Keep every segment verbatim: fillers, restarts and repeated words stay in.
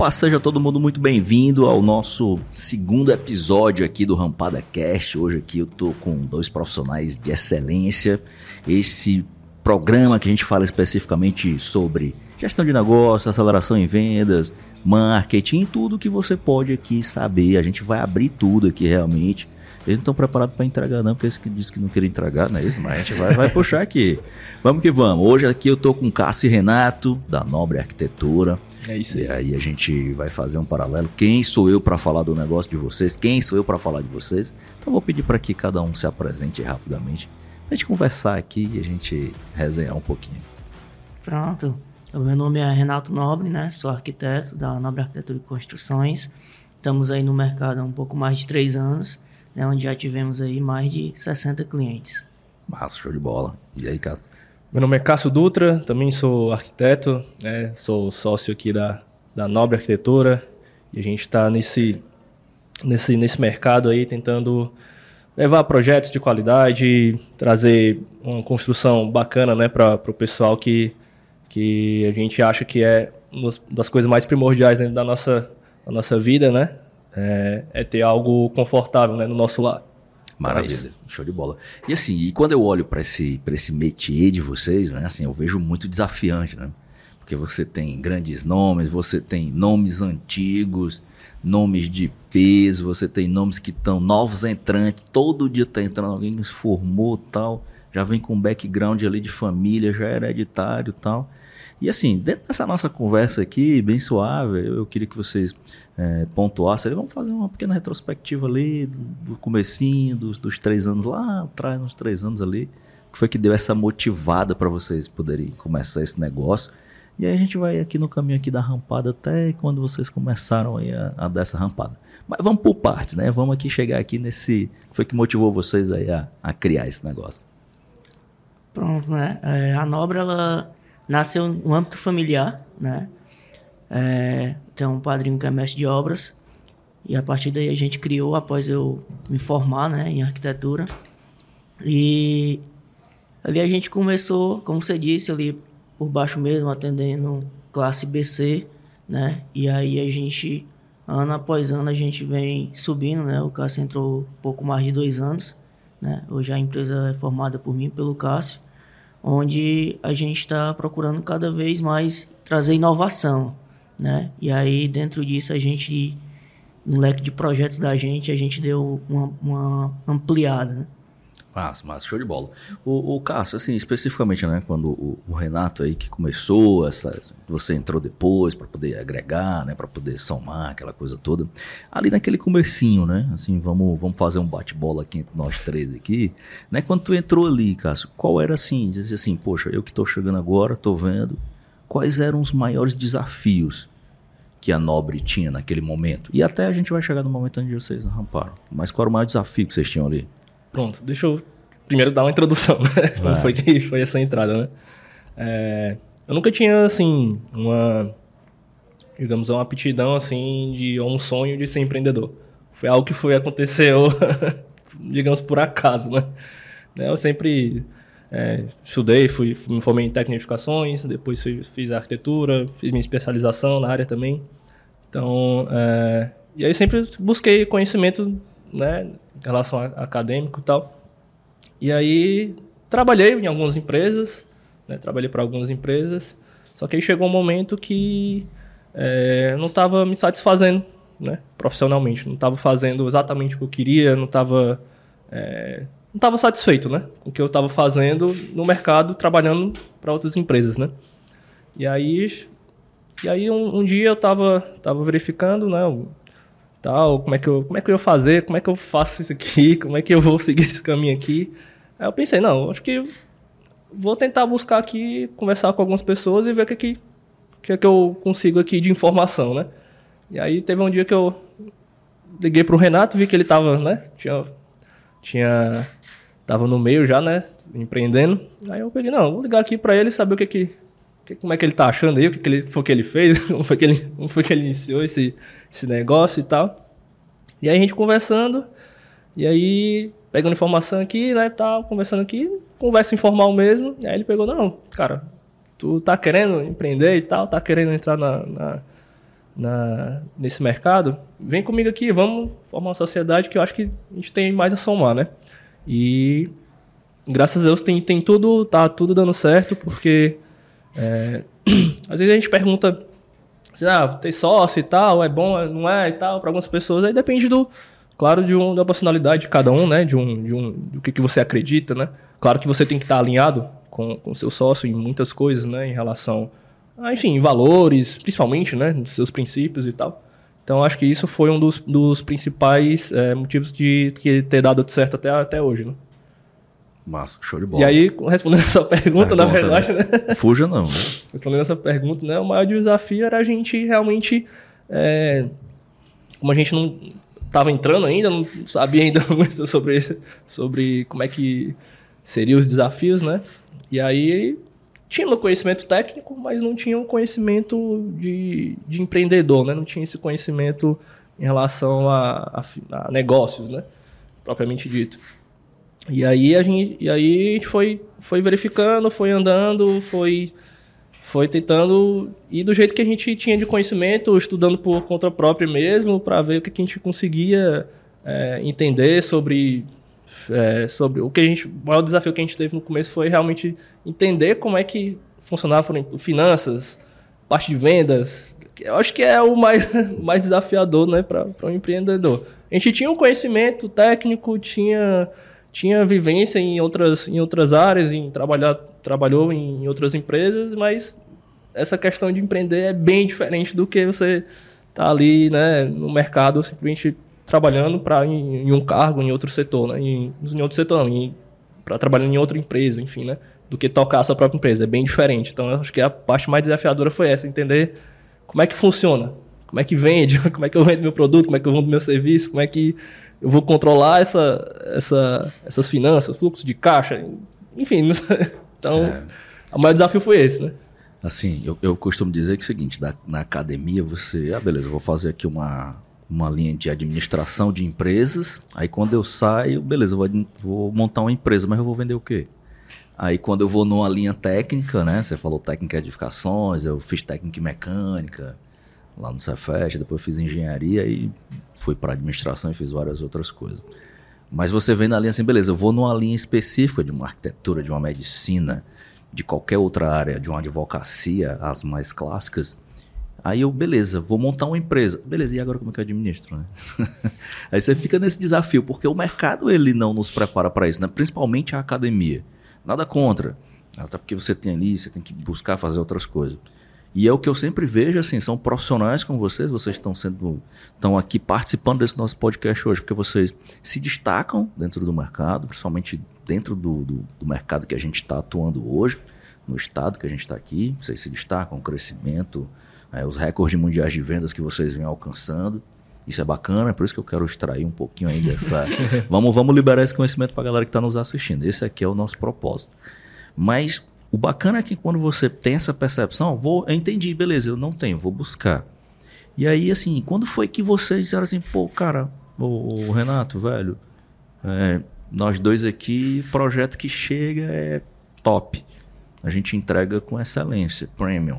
Opa, seja todo mundo muito bem-vindo ao nosso segundo episódio aqui do Rampada Cast. Hoje aqui eu tô com dois profissionais de excelência. Esse programa que a gente fala especificamente sobre gestão de negócio, aceleração em vendas, marketing, tudo que você pode aqui saber. A gente vai abrir tudo aqui realmente. Eles não estão preparados para entregar não, porque eles que disse que não queriam entregar, não é isso? Mas a gente vai, vai puxar aqui. Vamos que vamos. Hoje aqui eu tô com o Cássio e Renato, da Nobre Arquitetura. É isso aí. E aí a gente vai fazer um paralelo. Quem sou eu para falar do negócio de vocês? Quem sou eu para falar de vocês? Então vou pedir para que cada um se apresente rapidamente, pra gente conversar aqui e a gente resenhar um pouquinho. Pronto. O meu nome é Renato Nobre, né? Sou arquiteto da Nobre Arquitetura e Construções. Estamos aí no mercado há um pouco mais de três anos. Né, onde já tivemos aí mais de sessenta clientes. Massa, show de bola. E aí, Cássio? Meu nome é Cássio Dutra, também sou arquiteto, né, sou sócio aqui da, da Nobre Arquitetura e a gente está nesse, nesse, nesse mercado aí tentando levar projetos de qualidade, trazer uma construção bacana, né, para o pessoal que, que a gente acha que é uma das coisas mais primordiais dentro da nossa, da nossa vida, né? É, é ter algo confortável, né, no nosso lar. Maravilha, show de bola. E assim, e quando eu olho para esse, para esse métier de vocês, né, assim, eu vejo muito desafiante, né? Porque você tem grandes nomes, você tem nomes antigos, nomes de peso, você tem nomes que estão novos entrantes, todo dia está entrando alguém que se formou tal, já vem com background ali de família, já é hereditário tal. E assim, dentro dessa nossa conversa aqui, bem suave, eu, eu queria que vocês é, pontuassem. Vamos fazer uma pequena retrospectiva ali do, do comecinho, dos, dos três anos lá atrás, uns três anos ali. Que foi que deu essa motivada para vocês poderem começar esse negócio. E aí a gente vai aqui no caminho aqui da rampada até quando vocês começaram aí a, a dar essa rampada. Mas vamos por partes, né? Vamos aqui chegar aqui nesse... que foi que motivou vocês aí a, a criar esse negócio? Pronto, né? É, a Nobre, ela... nasceu no âmbito familiar, né? É, tem um padrinho que é mestre de obras e a partir daí a gente criou após eu me formar, né, em arquitetura. E ali a gente começou, como você disse, ali por baixo mesmo, atendendo classe B C, né? E aí a gente, ano após ano, a gente vem subindo, né? O Cássio entrou um pouco mais de dois anos, né? Hoje a empresa é formada por mim e pelo Cássio, onde a gente está procurando cada vez mais trazer inovação, né? E aí, dentro disso, a gente, no leque de projetos da gente, a gente deu uma, uma ampliada, né? Massa, massa, show de bola. O, o Cássio, assim, especificamente, né, quando o, o Renato aí que começou, essa, você entrou depois para poder agregar, né, para poder somar, aquela coisa toda. Ali naquele comecinho, né, assim, vamos, vamos fazer um bate-bola aqui entre nós três aqui, né, quando tu entrou ali, Cássio, qual era assim, dizer assim, poxa, eu que tô chegando agora, tô vendo, quais eram os maiores desafios que a Nobre tinha naquele momento? E até a gente vai chegar no momento onde vocês ramparam, mas qual era o maior desafio que vocês tinham ali? Pronto, deixa eu primeiro dar uma introdução, né? Como foi que foi essa entrada, né? É, eu nunca tinha, assim, uma, digamos, uma aptidão, assim, de um sonho de ser empreendedor. Foi algo que foi, aconteceu, digamos, por acaso, né? Eu sempre é, estudei, fui, me formei em técnico de edificações, depois fui, fiz arquitetura, fiz minha especialização na área também. Então, é, e aí sempre busquei conhecimento, né, em relação a acadêmico e tal. E aí trabalhei em algumas empresas, né, trabalhei para algumas empresas, só que aí chegou um momento que é, eu não estava me satisfazendo, né, profissionalmente, não estava fazendo exatamente o que eu queria, não estava é, não estava satisfeito, né, com o que eu estava fazendo no mercado, trabalhando para outras empresas, né. E aí, e aí um, um dia eu estava tava verificando, né, tal, como é que eu, como é que eu ia fazer, como é que eu faço isso aqui, como é que eu vou seguir esse caminho aqui. Aí eu pensei, não, acho que vou tentar buscar aqui, conversar com algumas pessoas e ver o que é que, que, é que eu consigo aqui de informação, né? E aí teve um dia que eu liguei pro Renato, vi que ele tava, né, tinha, tinha, tava no meio já, né, empreendendo. Aí eu peguei, não, vou ligar aqui para ele, saber o que que, que como é que ele tá achando aí, o que, que ele, foi que ele fez, como foi que ele, como foi que ele iniciou esse, esse negócio e tal. E aí a gente conversando, e aí pegando informação aqui, né, tal, conversando aqui, conversa informal mesmo. E aí ele pegou, não, cara, tu tá querendo empreender e tal, tá querendo entrar na, na, na, nesse mercado, vem comigo aqui, vamos formar uma sociedade que eu acho que a gente tem mais a somar, né? E graças a Deus tem, tem tudo, tá tudo dando certo, porque é, às vezes a gente pergunta assim, ah, tem sócio e tal, é bom, não é e tal, para algumas pessoas, aí depende do, claro, de um, da personalidade de cada um, né? De um, de um, do que, que você acredita, né? Claro que você tem que estar alinhado com o seu sócio em muitas coisas, né? Em relação a, enfim, valores, principalmente, né? Dos seus princípios e tal. Então, acho que isso foi um dos, dos principais é, motivos de que ter dado certo até, até hoje, né? Massa, show de bola. E aí, respondendo essa pergunta, pergunta na verdade, né? né? Fuja não. Né? Respondendo essa pergunta, né? O maior desafio era a gente realmente... É, como a gente não estava entrando ainda, não sabia ainda muito sobre, sobre como é que seriam os desafios, né? E aí... tinha um conhecimento técnico, mas não tinha um conhecimento de, de empreendedor, né? Não tinha esse conhecimento em relação a, a, a negócios, né? Propriamente dito. E aí a gente, e aí a gente foi, foi verificando, foi andando, foi, foi tentando ir do jeito que a gente tinha de conhecimento, estudando por conta própria mesmo, para ver o que a gente conseguia é, entender sobre... É, sobre o que a gente, o maior desafio que a gente teve no começo foi realmente entender como é que funcionava, por exemplo, finanças, parte de vendas. Eu acho que é o mais, mais desafiador, né, para um empreendedor. A gente tinha um conhecimento técnico, tinha, tinha vivência em outras, em outras áreas, em trabalhar, trabalhou em outras empresas, mas essa questão de empreender é bem diferente do que você tá ali, né, no mercado simplesmente trabalhando para em, em um cargo em outro setor, né? Em, em outro setor, não, para trabalhar em outra empresa, enfim, né? Do que tocar a sua própria empresa, é bem diferente. Então, eu acho que a parte mais desafiadora foi essa, entender como é que funciona, como é que vende, como é que eu vendo meu produto, como é que eu vendo meu serviço, como é que eu vou controlar essa, essa, essas finanças, fluxo de caixa, enfim. Então, é. O maior desafio foi esse, né? Assim, eu, eu costumo dizer que é o seguinte, da, na academia você, ah, beleza, eu vou fazer aqui uma... uma linha de administração de empresas, aí quando eu saio, beleza, eu vou, vou montar uma empresa, mas eu vou vender o quê? Aí quando eu vou numa linha técnica, né, você falou técnica de edificações, eu fiz técnica em mecânica, lá no Cefet, depois eu fiz engenharia e fui para administração e fiz várias outras coisas. Mas você vem na linha assim, beleza, eu vou numa linha específica de uma arquitetura, de uma medicina, de qualquer outra área, de uma advocacia, as mais clássicas. Aí eu, beleza, vou montar uma empresa. Beleza, e agora como é que eu administro, né? Aí você fica nesse desafio, porque o mercado ele não nos prepara para isso, né? Principalmente a academia. Nada contra. Até porque você tem ali, você tem que buscar fazer outras coisas. E é o que eu sempre vejo, assim, são profissionais como vocês, vocês estão sendo, estão aqui participando desse nosso podcast hoje, porque vocês se destacam dentro do mercado, principalmente dentro do, do, do mercado que a gente está atuando hoje, no estado que a gente está aqui. Vocês se destacam, o crescimento... É, os recordes mundiais de vendas que vocês vêm alcançando. Isso é bacana, é por isso que eu quero extrair um pouquinho aí dessa... vamos, vamos liberar esse conhecimento para a galera que está nos assistindo. Esse aqui é o nosso propósito. Mas o bacana é que quando você tem essa percepção, vou, eu entendi, beleza, eu não tenho, vou buscar. E aí, assim, quando foi que vocês disseram assim, pô, cara, ô, ô Renato, velho, é, nós dois aqui, projeto que chega é top. A gente entrega com excelência, premium.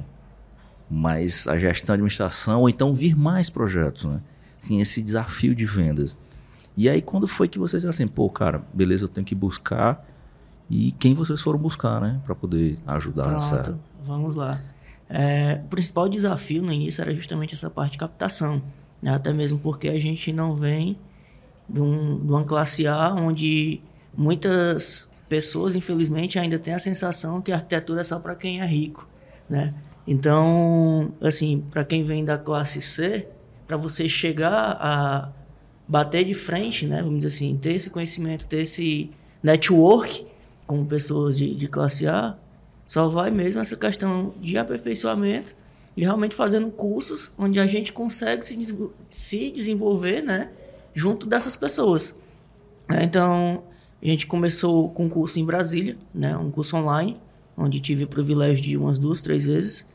Mas a gestão, a administração, ou então vir mais projetos, né? Assim, esse desafio de vendas. E aí, quando foi que vocês assim, pô, cara, beleza, eu tenho que buscar, e quem vocês foram buscar, né? Para poder ajudar Pronto, nessa... vamos lá. É, o principal desafio no início era justamente essa parte de captação, né? Até mesmo porque a gente não vem de, um, de uma classe A, onde muitas pessoas, infelizmente, ainda têm a sensação que a arquitetura é só para quem é rico, né? Então, assim, para quem vem da classe C, para você chegar a bater de frente, né, vamos dizer assim, ter esse conhecimento, ter esse network com pessoas de, de classe A, só vai mesmo essa questão de aperfeiçoamento e realmente fazendo cursos onde a gente consegue se, se desenvolver, né, junto dessas pessoas. Então, a gente começou com um curso em Brasília, né, um curso online, onde tive o privilégio de ir umas duas, três vezes.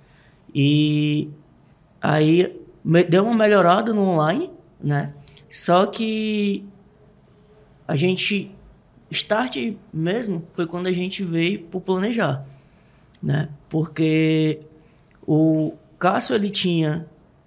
E aí deu uma melhorada no online, né? Só que a gente, start mesmo, foi quando a gente veio para planejar, né? Porque o Cássio, ele tinha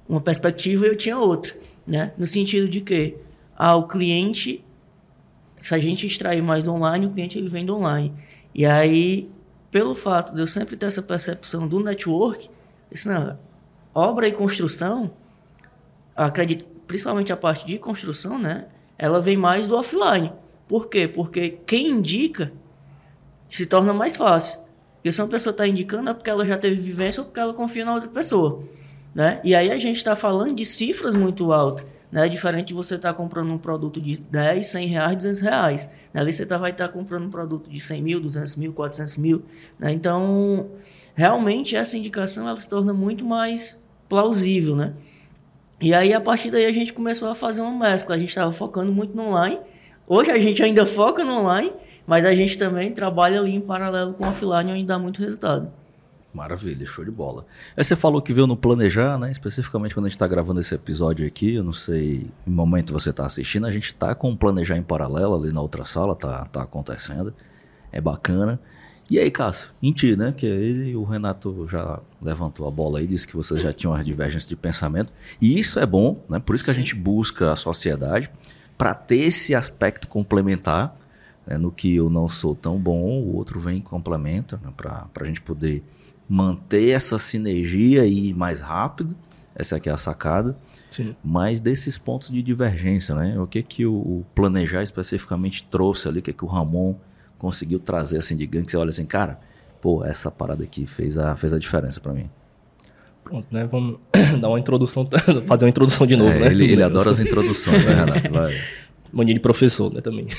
uma perspectiva e eu tinha outra, né? No sentido de que ah, o cliente, se a gente extrair mais do online, o cliente ele vem do online. E aí, pelo fato de eu sempre ter essa percepção do network, eu disse, não, obra e construção, acredito, principalmente a parte de construção, né? Ela vem mais do offline. Por quê? Porque quem indica se torna mais fácil. Porque se uma pessoa está indicando é porque ela já teve vivência ou porque ela confia na outra pessoa, né? E aí a gente está falando de cifras muito altas, né? Diferente de você estar tá comprando um produto de dez, cem reais, duzentos reais. Né? Ali você tá, vai estar tá comprando um produto de cem mil, duzentos mil, quatrocentos mil. Né? Então, realmente, essa indicação ela se torna muito mais plausível, né? E aí, a partir daí, a gente começou a fazer uma mescla. A gente estava focando muito no online. Hoje, a gente ainda foca no online, mas a gente também trabalha ali em paralelo com o offline, onde dá muito resultado. Maravilha, show de bola. Aí você falou que veio no Planejar, né? Especificamente quando a gente está gravando esse episódio aqui, eu não sei em momento você está assistindo, a gente está com o Planejar em paralelo ali na outra sala, tá, tá acontecendo. É bacana. E aí, Cássio, em ti, né? Que ele, o Renato já levantou a bola aí, disse que vocês já tinham uma divergência de pensamento. E isso é bom, né? Por isso que a gente busca a sociedade, para ter esse aspecto complementar, né? No que eu não sou tão bom, o outro vem e complementa, né? Para a gente poder manter essa sinergia e ir mais rápido. Essa aqui é a sacada. Sim. Mas desses pontos de divergência, né? O que que o, o Planejar especificamente trouxe ali, o que que o Ramon conseguiu trazer assim de ganho, que você olha assim, cara, pô, essa parada aqui fez a, fez a diferença pra mim. Pronto, né? Vamos dar uma introdução, fazer uma introdução de novo, é, né? Ele, ele adora as introduções, né, Renato? Vai. Mania de professor, né, também.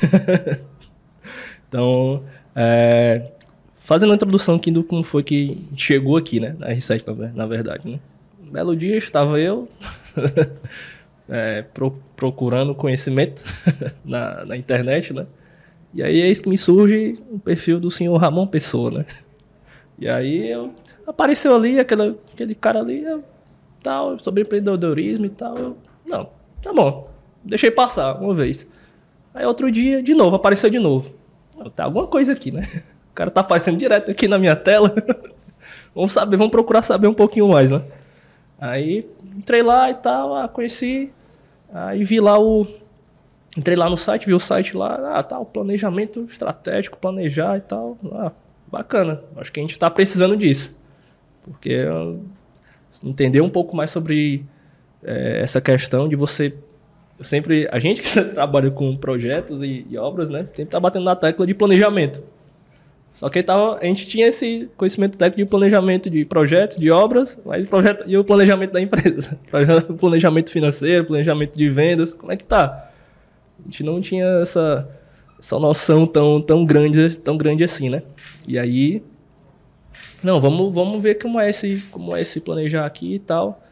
Então, é, fazendo a introdução aqui do como foi que chegou aqui, né, na R sete, na verdade, né? Um belo dia estava eu é, pro, procurando conhecimento na, na internet, né? E aí eis que me surge o perfil do senhor Ramon Pessoa, né? E aí eu, apareceu ali aquela, aquele cara ali, eu, tal, sobre empreendedorismo e tal. Eu, não, tá bom, deixei passar uma vez. Aí outro dia, de novo, apareceu de novo. Tá alguma coisa aqui, né? O cara tá aparecendo direto aqui na minha tela. Vamos saber, vamos procurar saber um pouquinho mais, né? Aí entrei lá e tal, ah, conheci, aí vi lá o... Entrei lá no site, vi o site lá, ah, tá, o planejamento estratégico, planejar e tal. Ah, bacana. Acho que a gente está precisando disso. Porque uh, entender um pouco mais sobre é, essa questão de você... Eu sempre, a gente que trabalha com projetos e, e obras, né, sempre está batendo na tecla de planejamento. Só que tava, a gente tinha esse conhecimento técnico de planejamento de projetos, de obras, mas o projeto, e o planejamento da empresa. O planejamento financeiro, planejamento de vendas, como é que tá? A gente não tinha essa, essa noção tão, tão, grande, tão grande assim, né? E aí, não, vamos, vamos ver como é, esse, como é esse planejar aqui e tal.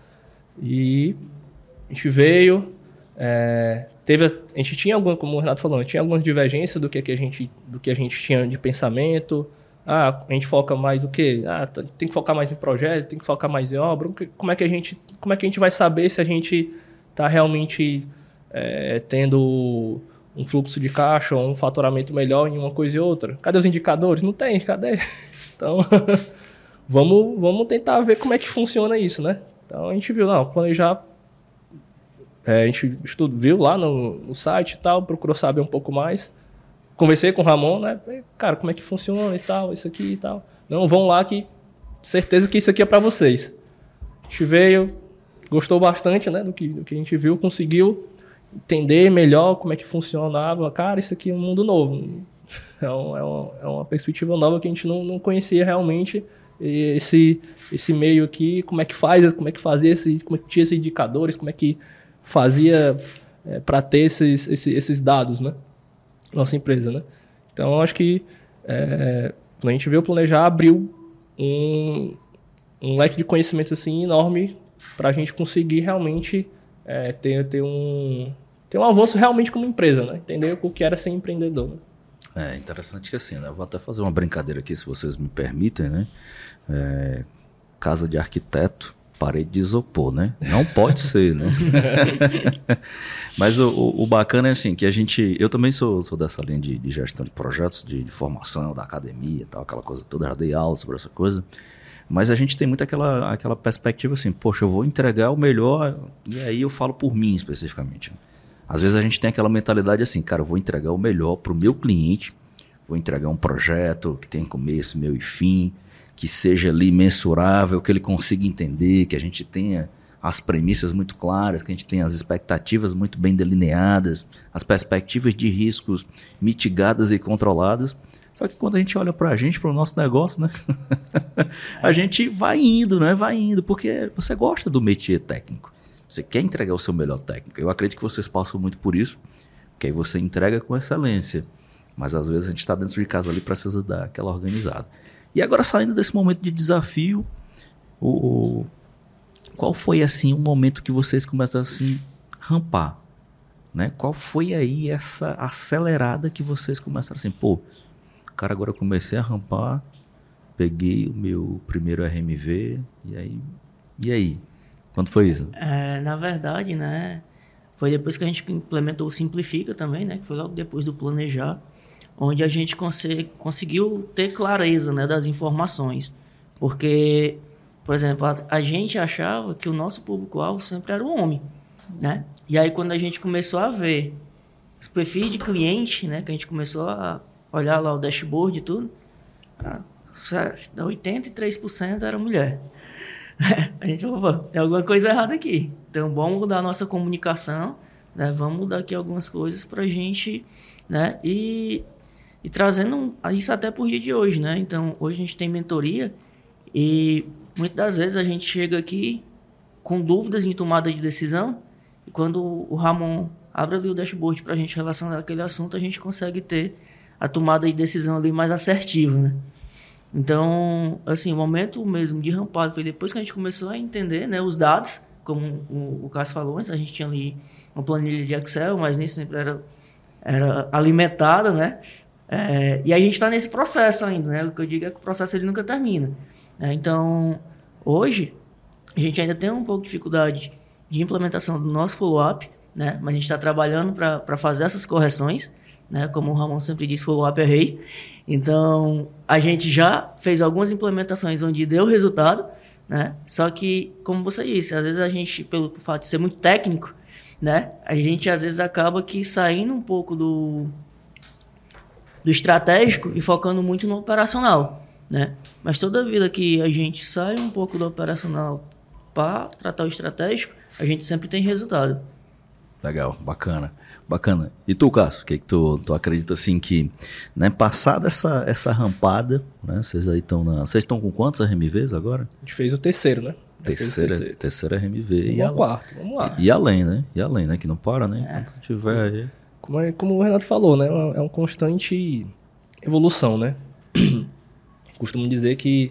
E a gente veio, é, teve, a gente tinha alguma, como o Renato falou, tinha algumas divergências do que, que a gente, do que a gente tinha de pensamento. Ah, a gente foca mais o quê? Ah, tem que focar mais em projeto, tem que focar mais em obra. Como é que a gente, como é que a gente vai saber se a gente está realmente... É, tendo um fluxo de caixa ou um faturamento melhor em uma coisa e outra. Cadê os indicadores? Não tem, cadê? Então, vamos, vamos tentar ver como é que funciona isso, né? Então, a gente viu, não, planejar... É, a gente estudo, viu lá no, no site e tal, procurou saber um pouco mais. Conversei com o Ramon, né? Cara, como é que funciona e tal, isso aqui e tal. Não, vão lá que certeza que isso aqui é para vocês. A gente veio, gostou bastante, né, do que, do que a gente viu, conseguiu entender melhor como é que funcionava. Cara, isso aqui é um mundo novo. É, um, é, uma, é uma perspectiva nova que a gente não, não conhecia realmente. E esse, esse meio aqui, como é que faz, como é que fazia, esse, como é que tinha esses indicadores, como é que fazia é, para ter esses, esses, esses dados, né? Nossa empresa, né? Então, eu acho que é, quando a gente veio planejar, abriu um, um leque de conhecimento assim, enorme para a gente conseguir realmente... É, ter, ter, um, ter um avanço realmente como empresa, né? Entender o que era ser empreendedor. Né? É interessante que assim, né? Eu vou até fazer uma brincadeira aqui, se vocês me permitem, né? É, casa de arquiteto, parede de isopor, né? Não pode ser, né? Mas o, o, o bacana é assim, que a gente... Eu também sou, sou dessa linha de, de gestão de projetos, de, de formação, da academia e tal, aquela coisa toda, já dei aula sobre essa coisa. Mas a gente tem muito aquela, aquela perspectiva assim, poxa, eu vou entregar o melhor, e aí eu falo por mim especificamente. Às vezes a gente tem aquela mentalidade assim, cara, eu vou entregar o melhor para o meu cliente, vou entregar um projeto que tenha começo, meio e fim, que seja ali mensurável, que ele consiga entender, que a gente tenha as premissas muito claras, que a gente tenha as expectativas muito bem delineadas, as perspectivas de riscos mitigadas e controladas. Só que quando a gente olha para a gente, para o nosso negócio, né? a gente vai indo, né? Vai indo, porque você gosta do métier técnico. Você quer entregar o seu melhor técnico. Eu acredito que vocês passam muito por isso, porque aí você entrega com excelência. Mas às vezes a gente está dentro de casa ali, precisa dar aquela organizada. E agora, saindo desse momento de desafio, o, qual foi assim o momento que vocês começaram assim rampar? Né? Qual foi aí essa acelerada que vocês começaram assim, pô, cara, agora eu comecei a rampar, peguei o meu primeiro R M V, e aí, e aí? Quando foi isso? É, na verdade, né, foi depois que a gente implementou o Simplifica também, né, que foi logo depois do Planejar, onde a gente cons- conseguiu ter clareza, né, das informações. Porque, por exemplo, a, a gente achava que o nosso público-alvo sempre era o homem, né? E aí quando a gente começou a ver os perfis de cliente, né, que a gente começou a olhar lá o dashboard e tudo, oitenta e três por cento era mulher. A gente falou, tem alguma coisa errada aqui. Então, vamos mudar a nossa comunicação, né? Vamos mudar aqui algumas coisas para a gente, né? E, e trazendo isso até por dia de hoje, né? Então, hoje a gente tem mentoria e muitas das vezes a gente chega aqui com dúvidas em tomada de decisão e quando o Ramon abre ali o dashboard para a gente relacionar aquele assunto, a gente consegue ter a tomada de decisão ali mais assertiva, né? Então, assim, o momento mesmo de rampado foi depois que a gente começou a entender, né, os dados, como o, o Cássio falou antes, a gente tinha ali uma planilha de Excel, mas nisso sempre era, era alimentada, né? É, e a gente está nesse processo ainda, né? O que eu digo é que o processo ele nunca termina. Né? Então, hoje, a gente ainda tem um pouco de dificuldade de implementação do nosso follow-up, né? Mas a gente está trabalhando para fazer essas correções, né? Como o Ramon sempre diz, follow-up é rei. Então, a gente já fez algumas implementações onde deu resultado, né? Só que, como você disse, às vezes a gente, pelo fato de ser muito técnico, né? A gente, às vezes, acaba que saindo um pouco do, do estratégico e focando muito no operacional, né? Mas toda vida que a gente sai um pouco do operacional para tratar o estratégico, a gente sempre tem resultado. Legal, bacana, bacana. E tu, Cássio, o que, que tu, tu acredita assim que, né, passada essa, essa rampada, né, vocês aí estão na... Vocês estão com quantos R M Vs agora? A gente fez o terceiro, né? Terceira, terceiro. terceira R M V. Vamos e ao quarto, vamos lá. E, e além, né? E além, né? Que não para, né? É. Enquanto tiver aí... Como, é, como o Renato falou, né? É uma constante evolução, né? Costumo dizer que,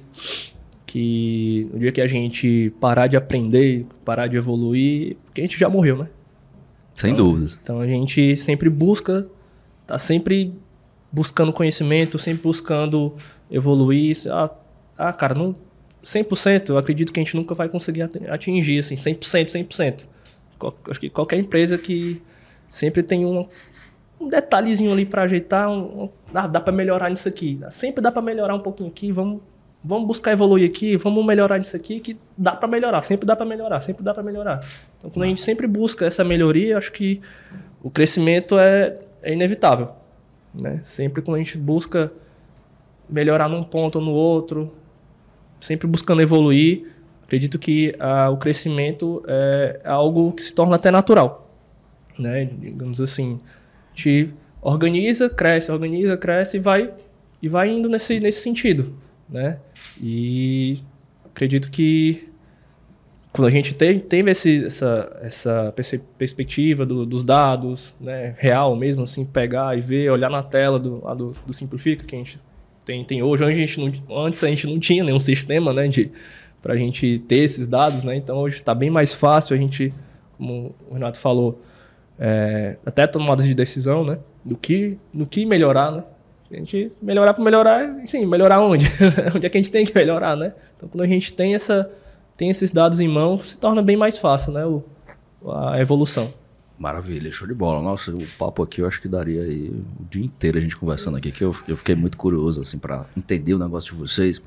que no dia que a gente parar de aprender, parar de evoluir, porque a gente já morreu, né? Sem então, dúvidas. Então a gente sempre busca, tá sempre buscando conhecimento, sempre buscando evoluir. Ah, ah cara, não, cem por cento eu acredito que a gente nunca vai conseguir atingir, assim, cem por cento, cem por cento. Acho que qualquer empresa que sempre tem um, um detalhezinho ali para ajeitar, um, um, dá, dá para melhorar nisso aqui. Sempre dá para melhorar um pouquinho aqui, vamos, vamos buscar evoluir aqui, vamos melhorar nisso aqui, que dá para melhorar, sempre dá para melhorar, sempre dá para melhorar. Então, quando a gente sempre busca essa melhoria, acho que o crescimento é, é inevitável. Né? Sempre quando a gente busca melhorar num ponto ou no outro, sempre buscando evoluir, acredito que ah, o crescimento é algo que se torna até natural. Né? Digamos assim, a gente organiza, cresce, organiza, cresce e vai, e vai indo nesse, nesse sentido. Né? E acredito que quando a gente teve, teve esse, essa, essa perspectiva do, dos dados, né, real mesmo, assim, pegar e ver, olhar na tela do, do, do Simplifica, que a gente tem, tem hoje. Antes a, gente não, antes a gente não tinha nenhum sistema, né, para a gente ter esses dados, né, então hoje está bem mais fácil a gente, como o Renato falou, é, até tomadas de decisão, né, do que, do que melhorar, né. A gente melhorar para melhorar, sim, melhorar onde? Onde é que a gente tem que melhorar, né? Então, quando a gente tem, essa, tem esses dados em mão, se torna bem mais fácil, né? O, a evolução. Maravilha, show de bola. Nossa, o papo aqui eu acho que daria aí o dia inteiro a gente conversando aqui, que eu, eu fiquei muito curioso, assim, para entender o negócio de vocês.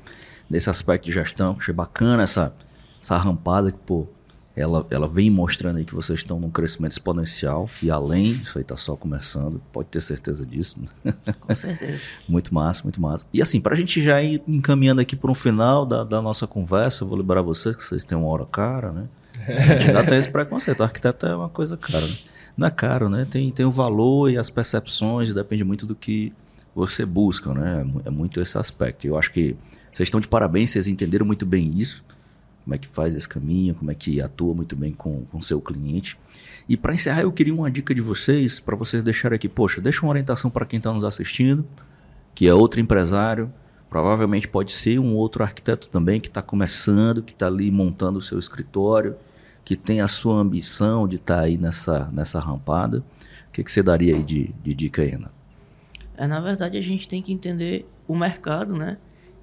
nesse aspecto de gestão. Achei bacana essa, essa rampada que, pô, ela, ela vem mostrando aí que vocês estão num crescimento exponencial e além, isso aí tá só começando, pode ter certeza disso. Né? Com certeza. Muito massa, muito massa. E assim, pra gente já ir encaminhando aqui para um final da, da nossa conversa, eu vou lembrar vocês que vocês têm uma hora cara, né? A gente ainda tem esse preconceito, o arquiteto é uma coisa cara, né? Não é caro, né? Tem, tem o valor e as percepções, depende muito do que você busca, né? É muito esse aspecto. Eu acho que vocês estão de parabéns, vocês entenderam muito bem isso, como é que faz esse caminho, como é que atua muito bem com o seu cliente. E para encerrar, eu queria uma dica de vocês, para vocês deixarem aqui, poxa, deixa uma orientação para quem está nos assistindo, que é outro empresário, provavelmente pode ser um outro arquiteto também que está começando, que está ali montando o seu escritório, que tem a sua ambição de estar tá aí nessa, nessa rampada. O que, que você daria aí de, de dica aí, Ana? É, na verdade, a gente tem que entender o mercado, né?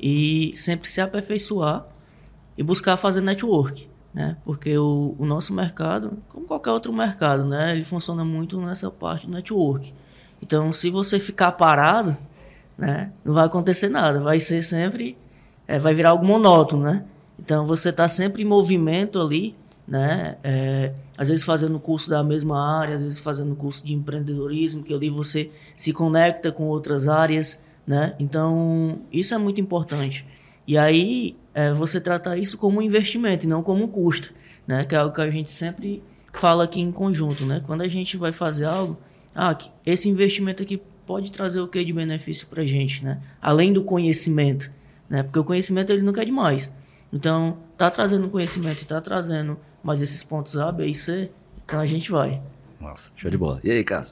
E sempre se aperfeiçoar e buscar fazer network, né? Porque o, o nosso mercado, como qualquer outro mercado, né? Ele funciona muito nessa parte do network. Então, se você ficar parado, né? Não vai acontecer nada. Vai ser sempre... É, vai virar algo monótono, né? Então, você está sempre em movimento ali, né? É, às vezes fazendo curso da mesma área, às vezes fazendo curso de empreendedorismo, que ali você se conecta com outras áreas, né? Então, isso é muito importante. E aí, é, você tratar isso como um investimento e não como um custo, né? Que é algo que a gente sempre fala aqui em conjunto, né? Quando a gente vai fazer algo, ah, esse investimento aqui pode trazer o que de benefício para a gente, né? Além do conhecimento, né? Porque o conhecimento ele nunca é demais. Então, tá trazendo conhecimento e tá trazendo mais esses pontos A, B e C, então a gente vai. Nossa, show de bola. E aí, Cássio?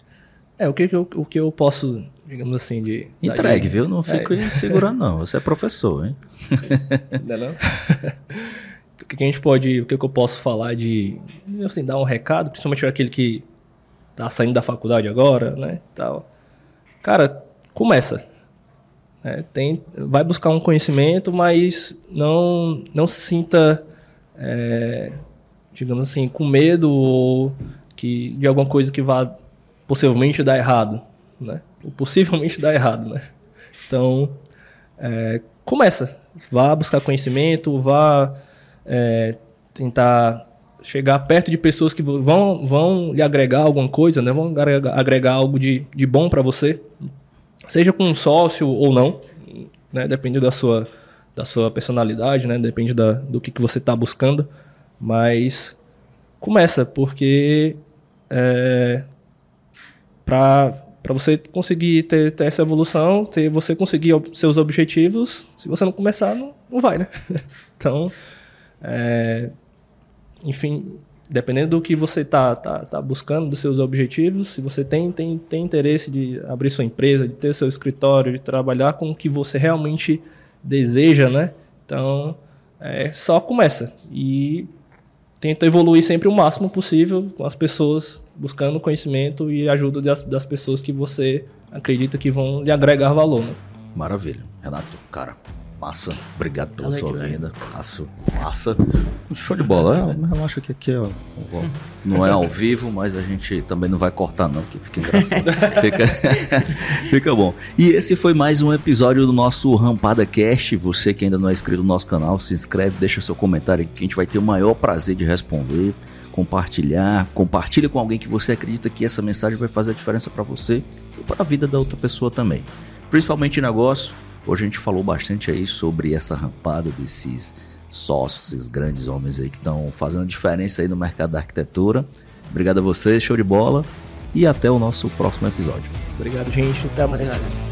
É, o que, que eu, o que eu posso, digamos assim, de... Entregue, viu? Não fico é. segurando, não. Você é professor, hein? Não é não? O que a gente pode... O que, que eu posso falar de... Assim, dar um recado, principalmente para aquele que tá saindo da faculdade agora, né? Tal. Cara, começa. É, tem, vai buscar um conhecimento, mas não, não se sinta, é, digamos assim, com medo ou que, de alguma coisa que vá possivelmente dar errado, né? Ou possivelmente dar errado, né? Então, é, começa. Vá buscar conhecimento, vá é, tentar chegar perto de pessoas que vão, vão lhe agregar alguma coisa, né? Vão agregar, agregar algo de, de bom para você. Seja com um sócio ou não, né? Depende da sua, da sua personalidade, né? Depende da, do que, que você está buscando. Mas começa, porque é, para você conseguir ter, ter essa evolução, ter, você conseguir ob- seus objetivos, se você não começar, não, não vai, né? Então, é, enfim... Dependendo do que você está tá, tá buscando, dos seus objetivos, se você tem, tem, tem interesse de abrir sua empresa, de ter seu escritório, de trabalhar com o que você realmente deseja, né? Então, é, só começa. E tenta evoluir sempre o máximo possível com as pessoas, buscando conhecimento e ajuda das, das pessoas que você acredita que vão lhe agregar valor, né? Maravilha. Renato, cara, massa. Obrigado pela Valeu, sua velho. vinda. Massa. Massa. Show de bola. É, eu acho que aqui é, não é ao vivo, mas a gente também não vai cortar não, porque fica engraçado. Fica, fica bom. E esse foi mais um episódio do nosso Rampada Cast. Você que ainda não é inscrito no nosso canal, se inscreve, deixa seu comentário aqui que a gente vai ter o maior prazer de responder, compartilhar. Compartilha com alguém que você acredita que essa mensagem vai fazer a diferença para você e para a vida da outra pessoa também. Principalmente em negócio. Hoje a gente falou bastante aí sobre essa rampada desses sócios, esses grandes homens aí que estão fazendo diferença aí no mercado da arquitetura. Obrigado a vocês, show de bola, e até o nosso próximo episódio. Obrigado, gente. Até mais. Obrigado.